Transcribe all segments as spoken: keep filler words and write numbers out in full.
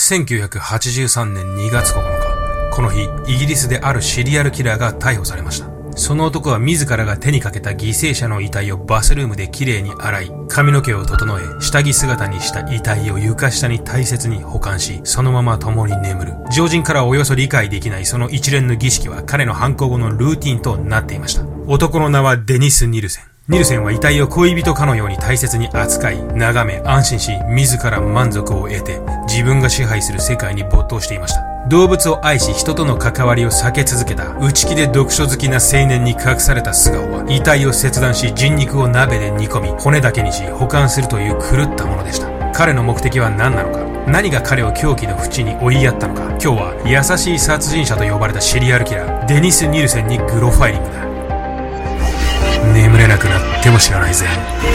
せんきゅうひゃくはちじゅうさんねんにがつここのか、この日、イギリスであるシリアルキラーが逮捕されました。その男は自らが手にかけた犠牲者の遺体をバスルームできれいに洗い、髪の毛を整え、下着姿にした遺体を床下に大切に保管し、そのまま共に眠る。常人からおよそ理解できないその一連の儀式は彼の犯行後のルーティンとなっていました。男の名はデニス・ニルセン。ニルセンは遺体を恋人かのように大切に扱い、眺め、安心し、自ら満足を得て、自分が支配する世界に没頭していました。動物を愛し、人との関わりを避け続けた、内気で読書好きな青年に隠された素顔は、遺体を切断し、人肉を鍋で煮込み、骨だけにし、保管するという狂ったものでした。彼の目的は何なのか、何が彼を狂気の淵に追いやったのか、今日は優しい殺人者と呼ばれたシリアルキラー、デニス・ニルセンにグロファイリングだ。眠れなくなっても知らないぜ。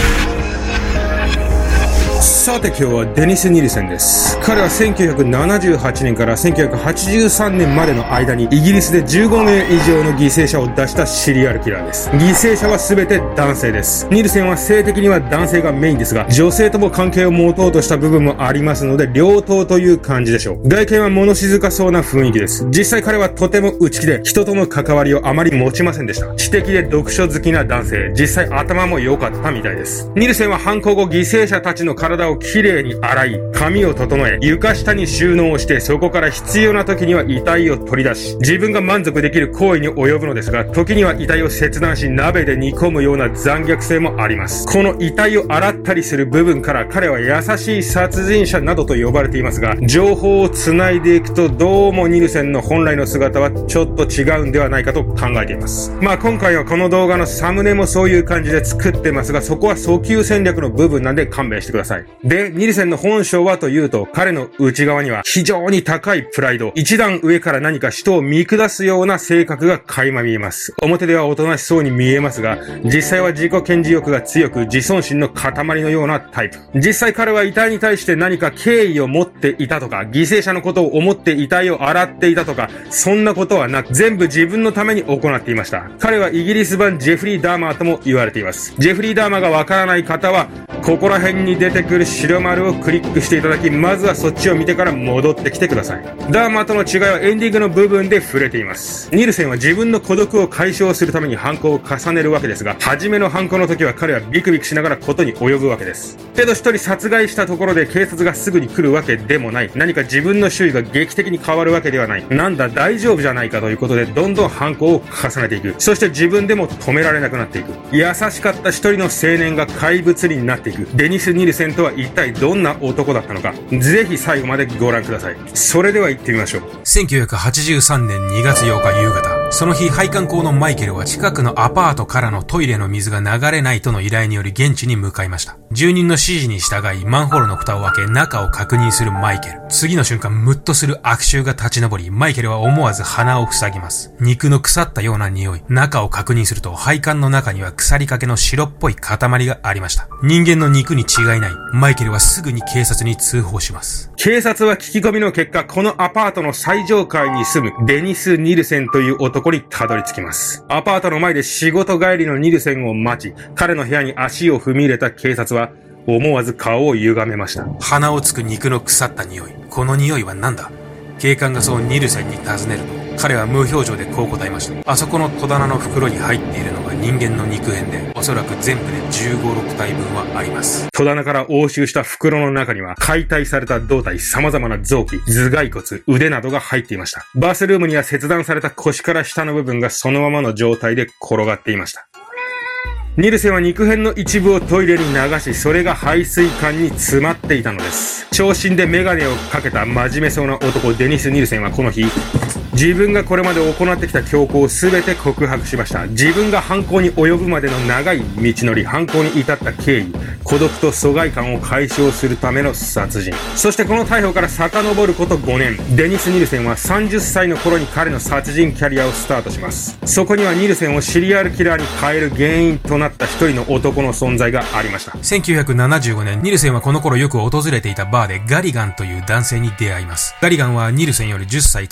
さて今日はデニス・ニルセンです。彼はせんきゅうひゃくななじゅうはちねんからせんきゅうひゃくはちじゅうさんねんまでの間にイギリスでじゅうごめい以上の犠牲者を出したシリアルキラーです。犠牲者は全て男性です。ニルセンは性的には男性がメインですが、女性とも関係を持とうとした部分もありますので、両党という感じでしょう。外見は物静かそうな雰囲気です。実際彼はとても内気で、人との関わりをあまり持ちませんでした。知的で読書好きな男性、実際頭も良かったみたいです。ニルセンは犯行後犠牲者たちの体をきれいに洗い、髪を整え、床下に収納して、そこから必要な時には遺体を取り出し、自分が満足できる行為に及ぶのですが、時には遺体を切断し、鍋で煮込むような残虐性もあります。この遺体を洗ったりする部分から彼は優しい殺人者などと呼ばれていますが、情報を繋いでいくとどうもニルセンの本来の姿はちょっと違うんではないかと考えています。まあ今回はこの動画のサムネもそういう感じで作ってますが、そこは訴求戦略の部分なんで勘弁してください。で、ニルセンの本性はというと、彼の内側には非常に高いプライド、一段上から何か人を見下すような性格が垣間見えます。表ではおとなしそうに見えますが、実際は自己顕示欲が強く、自尊心の塊のようなタイプ。実際彼は遺体に対して何か敬意を持っていたとか、犠牲者のことを思って遺体を洗っていたとか、そんなことはなく、全部自分のために行っていました。彼はイギリス版ジェフリー・ダーマーとも言われています。ジェフリー・ダーマーがわからない方は、ここら辺に出てくる白丸をクリックしていただき、まずはそっちを見てから戻ってきてください。ダーマーとの違いはエンディングの部分で触れています。ニルセンは自分の孤独を解消するために犯行を重ねるわけですが、初めの犯行の時は彼はビクビクしながらことに及ぶわけです。けど一人殺害したところで警察がすぐに来るわけでもない。何か自分の周囲が劇的に変わるわけではない。なんだ大丈夫じゃないかということで、どんどん犯行を重ねていく。そして自分でも止められなくなっていく。優しかった一人の青年が怪物になっていく。デニス・ニルセンとは一体どんな男だったのか、ぜひ最後までご覧ください。それでは行ってみましょう。 せんきゅうひゃくはちじゅうさんねんにがつようか夕方、その日配管工のマイケルは近くのアパートからのトイレの水が流れないとの依頼により現地に向かいました。住人の指示に従いマンホールの蓋を開け中を確認するマイケル。次の瞬間ムッとする悪臭が立ち上り、マイケルは思わず鼻を塞ぎます。肉の腐ったような匂い。中を確認すると配管の中には腐りかけの白っぽい塊がありました。人間の肉に違いない。マイケルはすぐに警察に通報します。 警察は聞き込みの結果、このアパートの最上階に住むデニス・ニルセンという男にたどり着きます。アパートの前で仕事帰りのニルセンを待ち、彼の部屋に足を踏み入れた警察は思わず顔を歪めました。 鼻をつく肉の腐った匂い。この匂いは何だ？警官がそうニルセンに尋ねると、彼は無表情でこう答えました。あそこの戸棚の袋に入っているのが人間の肉片で、おそらく全部でじゅうご、ろくたいぶんはあります。 戸棚から押収した袋の中には解体された胴体、様々な臓器、頭蓋骨、腕などが入っていました。バスルームには切断された腰から下の部分がそのままの状態で転がっていました。ニルセンは肉片の一部をトイレに流し、それが排水管に詰まっていたのです。長身でメガネをかけた真面目そうな男デニス・ニルセンはこの日、自分がこれまで行ってきた凶行を全て告白しました。自分が犯行に及ぶまでの長い道のり、犯行に至った経緯、孤独と疎外感を解消するための殺人。そしてこの逮捕から遡ることごねん、デニス・ニルセンはさんじゅっさいの頃に彼の殺人キャリアをスタートします。そこにはニルセンをシリアルキラーに変える原因となった一人の男の存在がありました。 せんきゅうひゃくななじゅうごねん、ニルセンはこの頃よく訪れていたバーでガリガンという男性に出会います。ガリガンはニルセンよりじゅっさい年下で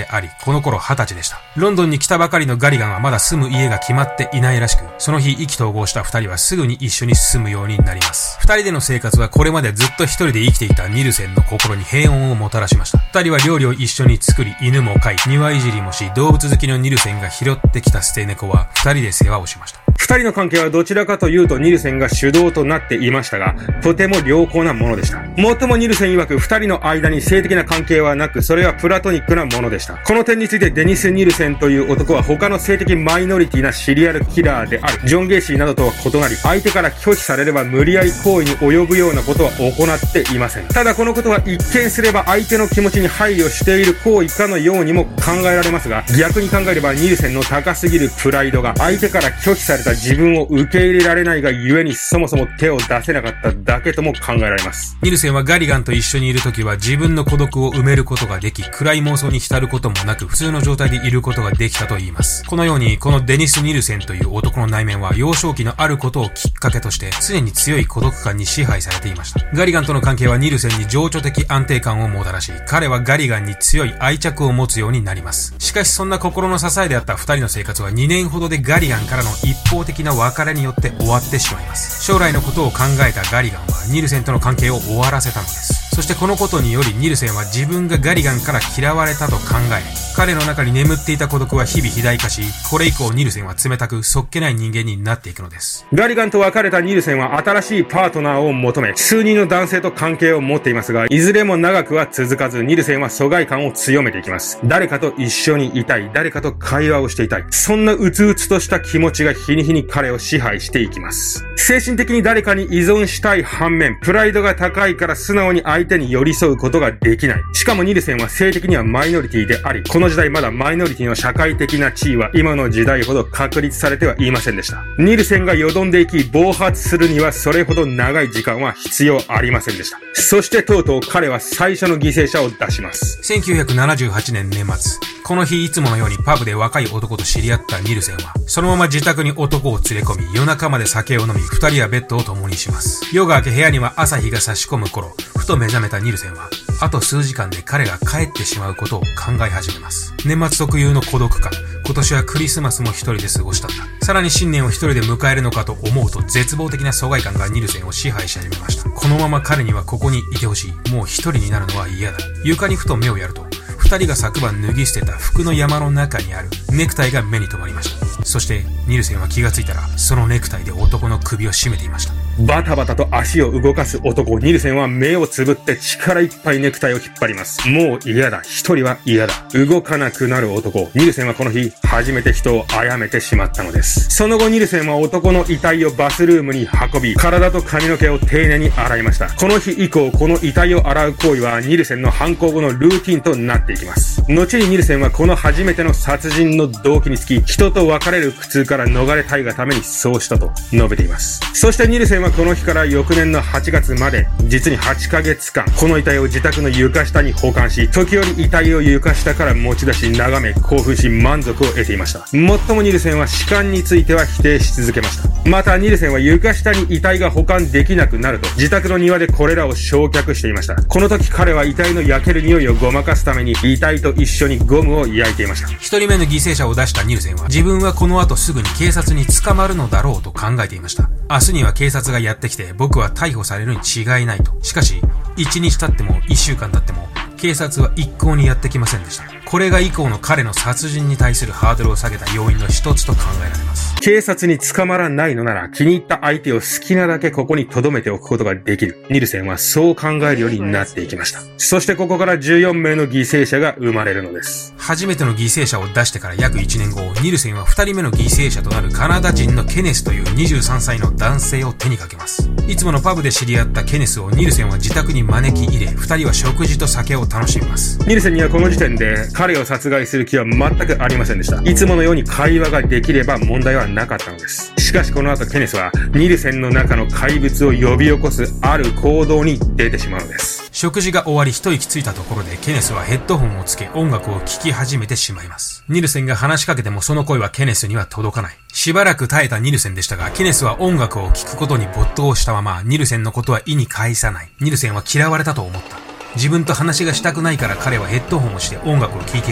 であり、この頃はたちでした。ロンドンに来たばかりのガリガンはまだ住む家が決まっていないらしく、その日意気投合した二人はすぐに一緒に住むようになります。二人での生活はこれまでずっと一人で生きていたニルセンの心に平穏をもたらしました。二人は料理を一緒に作り、犬も飼い、庭いじりもし、動物好きのニルセンが拾ってきた捨て猫は二人で世話をしました。 二人の関係はどちらかというとニルセンが主導となっていましたが、とても良好なものでした。もっともニルセン曰く二人の間に性的な関係はなく、それはプラトニックなものでした。この点についてデニス・ニルセンという男は他の性的マイノリティなシリアルキラーであるジョン・ゲイシーなどとは異なり、相手から拒否されれば無理やり行為に及ぶようなことは行っていません。ただこのことは一見すれば相手の気持ちに配慮している行為かのようにも考えられますが、逆に考えればニルセンの高すぎるプライドが相手から拒否された自分を受け入れられないがゆえにそもそも手を出せなかっただけとも考えられます。 ニルセンはガリガンと一緒にいるときは自分の孤独を埋めることができ、暗い妄想に浸ることもなく普通の状態でいることができたと言います。このようにこのデニス・ニルセンという男の内面は幼少期のあることをきっかけとして常に強い孤独感に支配されていました。ガリガンとの関係はニルセンに情緒的安定感をもたらし、彼はガリガンに強い愛着を持つようになります。しかしそんな心の支えであった二人の生活はにねんほどでガリガンからの一方的な別れによって終わってしまいます。将来のことを考えたガリガンはニルセンとの関係を終わらせたのです。そしてこのことによりニルセンは自分がガリガンから嫌われたと考え、彼の中に眠っていた孤独は日々肥大化し、これ以降ニルセンは冷たくそっけない人間になっていくのです。 ガリガンと別れたニルセンは新しいパートナーを求め、数人の男性と関係を持っていますが、いずれも長くは続かず、ニルセンは疎外感を強めていきます。誰かと一緒にいたい、誰かと会話をしていたい、そんなうつうつとした気持ちが日に日に彼を支配していきます。精神的に誰かに依存したい反面、プライドが高いから素直に相手に寄り添うことができない。しかもニルセンは性的にはマイノリティであり、この時代まだマイノリティの社会的な地位は今の時代ほど確立されてはいませんでした。ニルセンがよどんでいき暴発するにはそれほど長い時間は必要ありませんでした。そしてとうとう彼は最初の犠牲者を出します。 せんきゅうひゃくななじゅうはちねん年末、この日いつものようにパブで若い男と知り合ったニルセンはそのまま自宅に男を連れ込み、夜中まで酒を飲み、二人はベッドを共にします。夜が明け部屋には朝日が差し込む頃、ふと目覚めたニルセンはあと数時間で彼が帰ってしまうことを考え始めます。年末特有の孤独感、今年はクリスマスも一人で過ごしたんだ、さらに新年を一人で迎えるのかと思うと絶望的な疎外感がニルセンを支配し始めました。このまま彼にはここにいてほしい、もう一人になるのは嫌だ。床にふと目をやると、二人が昨晩脱ぎ捨てた服の山の中にあるネクタイが目に留まりました。そしてニルセンは気がついたらそのネクタイで男の首を絞めていました。 バタバタと足を動かす男、ニルセンは目をつぶって力いっぱいネクタイを引っ張ります。もう嫌だ、一人は嫌だ。動かなくなる男、ニルセンはこの日初めて人を殺めてしまったのです。その後ニルセンは男の遺体をバスルームに運び、体と髪の毛を丁寧に洗いました。この日以降この遺体を洗う行為はニルセンの犯行後のルーティンとなっていきます。後にニルセンはこの初めての殺人の動機につき、人と別れる苦痛から逃れたいがためにそうしたと述べています。そしてニルセンはこの日から翌年のはちがつまで実にはちかげつかんこの遺体を自宅の床下に保管し、時折遺体を床下から持ち出し眺め興奮し満足を得ていました。もっともニルセンは死棺については否定し続けました。またニルセンは床下に遺体が保管できなくなると自宅の庭でこれらを焼却していました。この時彼は遺体の焼ける匂いをごまかすために遺体と一緒にゴムを焼いていました。 一人目の犠牲者を出したニルセンは自分はこの後すぐに警察に捕まるのだろうと考えていました。明日には警察がやってきて僕は逮捕されるに違いないと。しかし一日経っても一週間経っても警察は一向にやってきませんでした。これが以降の彼の殺人に対するハードルを下げた要因の一つと考えられます。 警察に捕まらないのなら気に入った相手を好きなだけここに留めておくことができる。ニルセンはそう考えるようになっていきました。そしてここからじゅうよんめいの犠牲者が生まれるのです。 初めての犠牲者を出してから約いちねんご、ニルセンはふたりめの犠牲者となるカナダ人のケネスというにじゅうさんさいの男性を手にかけます。いつものパブで知り合ったケネスをニルセンは自宅に招き入れ、ふたりは食事と酒を楽しみます。 ニルセンにはこの時点で彼を殺害する気は全くありませんでした。いつものように会話ができれば問題はなかったのです。しかしこの後ケネスはニルセンの中の怪物を呼び起こすある行動に出てしまうのです。 食事が終わり一息ついたところでケネスはヘッドホンをつけ音楽を聴き始めてしまいます。ニルセンが話しかけてもその声はケネスには届かない。しばらく耐えたニルセンでしたが、ケネスは音楽を聴くことに没頭したままニルセンのことは意に介さない。ニルセンは嫌われたと思った。自分と話がしたくないから彼はヘッドホンをして音楽を聴いているんだ。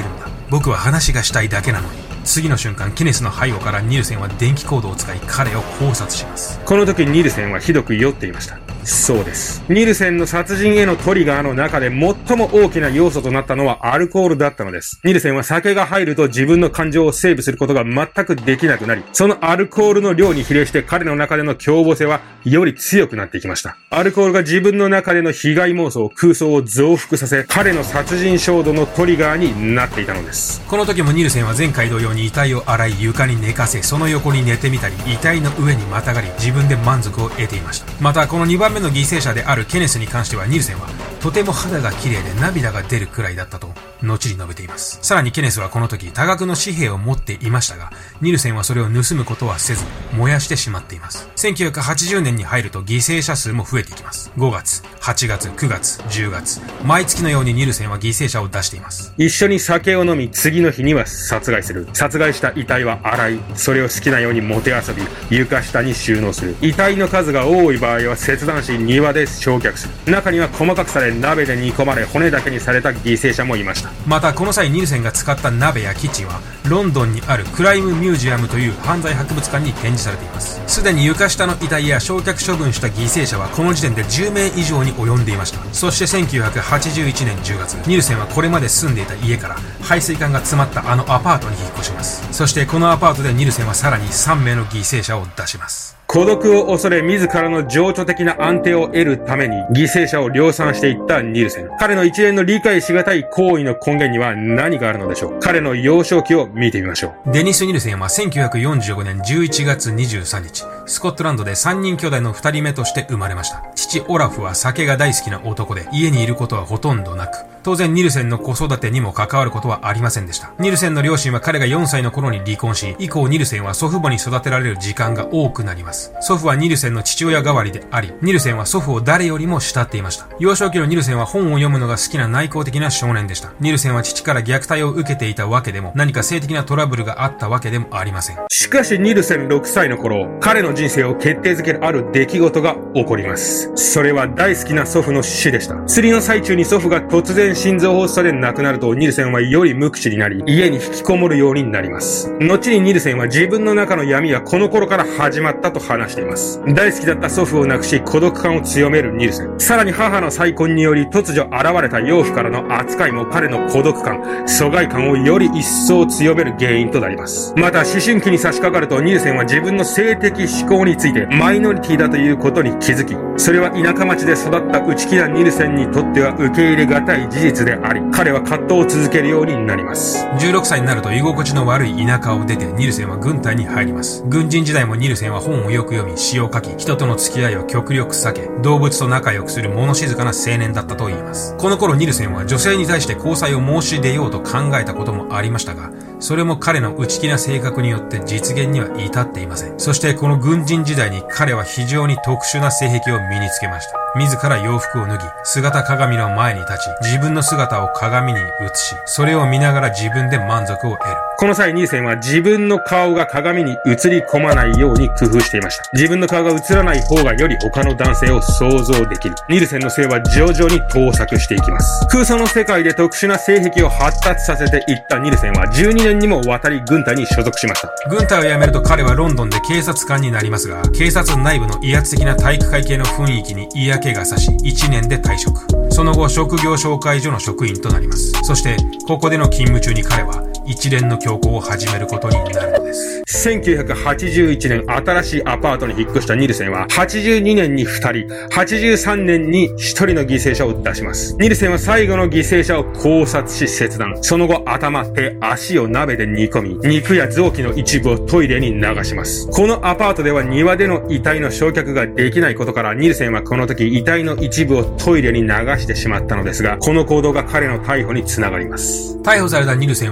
僕は話がしたいだけなのに。次の瞬間、ケネスの背後からニルセンは電気コードを使い彼を考察します。 この時ニルセンはひどく酔っていました。そうです。ニルセンの殺人へのトリガーの中で最も大きな要素となったのはアルコールだったのです。ニルセンは酒が入ると自分の感情をセーブすることが全くできなくなり、そのアルコールの量に比例して彼の中での凶暴性はより強くなっていきました。アルコールが自分の中での被害妄想、空想を増幅させ、彼の殺人衝動のトリガーになっていたのです。 この時もニルセンは前回同様に遺体を洗い床に寝かせ、その横に寝てみたり、遺体の上にまたがり、自分で満足を得ていました。また、このにばんめの犠牲者であるケネスに関してはニルセンはとても肌が綺麗で涙が出るくらいだったと後に述べています。さらにケネスはこの時多額の紙幣を持っていましたが、ニルセンはそれを盗むことはせず燃やしてしまっています。せんきゅうひゃくはちじゅうねんに入ると犠牲者数も増えていきます。ごがつ、はちがつ、くがつ、じゅうがつ、毎月のようにニルセンは犠牲者を出しています。 一緒に酒を飲み、次の日には殺害する。殺害した遺体は洗い、それを好きなようにもてあそび、床下に収納する。遺体の数が多い場合は切断し庭で焼却する。中には細かくされ鍋で煮込まれ骨だけにされた犠牲者もいました。 またこの際ニルセンが使った鍋やキッチンはロンドンにあるクライムミュージアムという犯罪博物館に展示されています。すでに床下の遺体や焼却処分した犠牲者はこの時点でじゅうめい以上に及んでいました。そしてせんきゅうひゃくはちじゅういちねんじゅうがつ、ニルセンはこれまで住んでいた家から排水管が詰まったあのアパートに引っ越します。そしてこのアパートでニルセンはさらにさんめいの犠牲者を出します。 孤独を恐れ自らの情緒的な安定を得るために犠牲者を量産していったニルセン。彼の一連の理解しがたい行為の根源には何があるのでしょう。彼の幼少期を見てみましょう。 デニス・ニルセンはせんきゅうひゃくよんじゅうごねんじゅういちがつにじゅうさんにち、スコットランドでさんにん兄弟のふたりめとして生まれました。父オラフは酒が大好きな男で家にいることはほとんどなく、当然ニルセンの子育てにも関わることはありませんでした。ニルセンの両親は彼がよんさいの頃に離婚し、以降ニルセンは祖父母に育てられる時間が多くなります。祖父はニルセンの父親代わりであり、ニルセンは祖父を誰よりも慕っていました。幼少期のニルセンは本を読むのが好きな内向的な少年でした。ニルセンは父から虐待を受けていたわけでも、何か性的なトラブルがあったわけでもありません。 しかしニルセンろくさいの頃、彼の人生を決定づけるある出来事が起こります。それは大好きな祖父の死でした。釣りの最中に祖父が突然心臓発作で亡くなると、ニルセンはより無口になり、家に引きこもるようになります。後にニルセンは自分の中の闇はこの頃から始まったと話しています。大好きだった祖父を亡くし、孤独感を強めるニルセン。さらに母の再婚により突如現れた養父からの扱いも彼の孤独感、疎外感をより一層強める原因となります。また思春期に差し掛かると、ニルセンは自分の性的思考についてマイノリティだということに気づき、それは田舎町で育った内気なニルセンにとっては受け入れがたい事実であり、彼は葛藤を続けるようになります。 じゅうろくさいになると居心地の悪い田舎を出てニルセンは軍隊に入ります。軍人時代もニルセンは本をよく読み、詩を書き、人との付き合いを極力避け、動物と仲良くする物静かな青年だったと言います。この頃ニルセンは女性に対して交際を申し出ようと考えたこともありましたが、それも彼の内気な性格によって実現には至っていません。そしてこの軍人時代に彼は非常に特殊な性癖を身につけました。自ら洋服を脱ぎ、姿鏡の前に立ち、自分の姿を鏡に映し、それを見ながら自分で満足を得る。 この際ニルセンは自分の顔が鏡に映り込まないように工夫していました。自分の顔が映らない方がより他の男性を想像できる。ニルセンの性は徐々に盗作していきます。空想の世界で特殊な性癖を発達させていったニルセンはじゅうにねんにもわたり軍隊に所属しました。 軍隊を辞めると彼はロンドンで警察官になりますが、警察内部の威圧的な体育会系の雰囲気に嫌気がさし、いちねんで退職。その後職業紹介所の職員となります。そしてここでの勤務中に彼は一連の強行を始めることになるのです。 せんきゅうひゃくはちじゅういちねん新しいアパートに引っ越したニルセンははちじゅうにねんにふたり、はちじゅうさんねんにひとりの犠牲者を出します。ニルセンは最後の犠牲者を考察し切断。その後頭、手、足を鍋で煮込み、肉や臓器の一部をトイレに流します。このアパートでは庭での遺体の焼却ができないことから、ニルセンはこの時遺体の一部をトイレに流してしまったのですが、この行動が彼の逮捕につながります。 逮捕されたニルセンはこれまで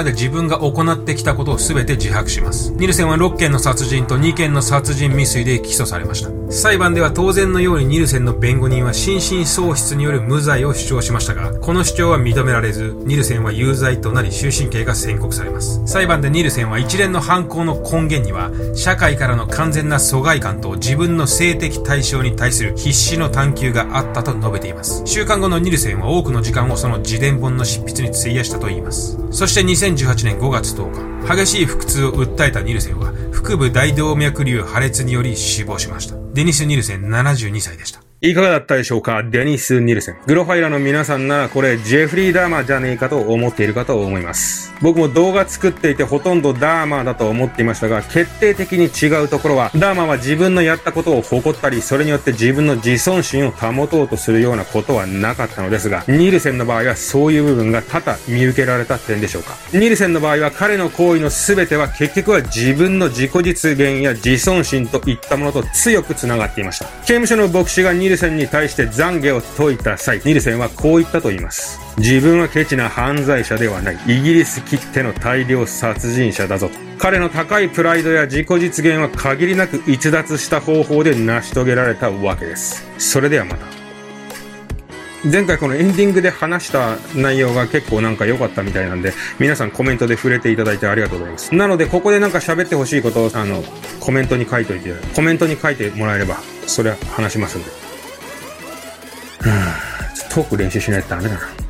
で自分が行ってきたことを全て自白します。ニルセンはろっけんの殺人とにけんの殺人未遂で起訴されました。裁判では当然のようにニルセンの弁護人は心神喪失による無罪を主張しましたが、この主張は認められず、ニルセンは有罪となり終身刑が宣告されます。裁判でニルセンは一連の犯行の根源には、社会からの完全な疎外感と自分の性的対象に対する必死の探求があったと述べています。収監後のニルセンは多くの時間をその自伝本の執筆に費やしたといいます。そしてにせんじゅうはちねんごがつとおか、激しい腹痛を訴えたニルセンは腹部大動脈瘤破裂により死亡しました。デニス・ニルセンななじゅうにさいでした。 いかがだったでしょうか？デニス・ニルセン。グロファイラの皆さんならこれジェフリー・ダーマーじゃねえかと思っているかと思います。僕も動画作っていてほとんどダーマーだと思っていましたが、決定的に違うところは、ダーマーは自分のやったことを誇ったり、それによって自分の自尊心を保とうとするようなことはなかったのですが、ニルセンの場合はそういう部分が多々見受けられた点でしょうか。ニルセンの場合は彼の行為の全ては結局は自分の自己実現や自尊心といったものと強く繋がっていました。刑務所の牧師がニルセンに対して懺悔を解いた際、ニルセンはこう言ったと言います。自分はケチな犯罪者ではない。イギリスきっての大量殺人者だぞと。彼の高いプライドや自己実現は限りなく逸脱した方法で成し遂げられたわけです。それではまた。前回このエンディングで話した内容が結構なんか良かったみたいなんで、皆さんコメントで触れていただいてありがとうございます。なのでここでなんか喋ってほしいことをあのコメントに書いといて、コメントに書いてもらえればそれは話しますんで。トーク練習しないとダメだな。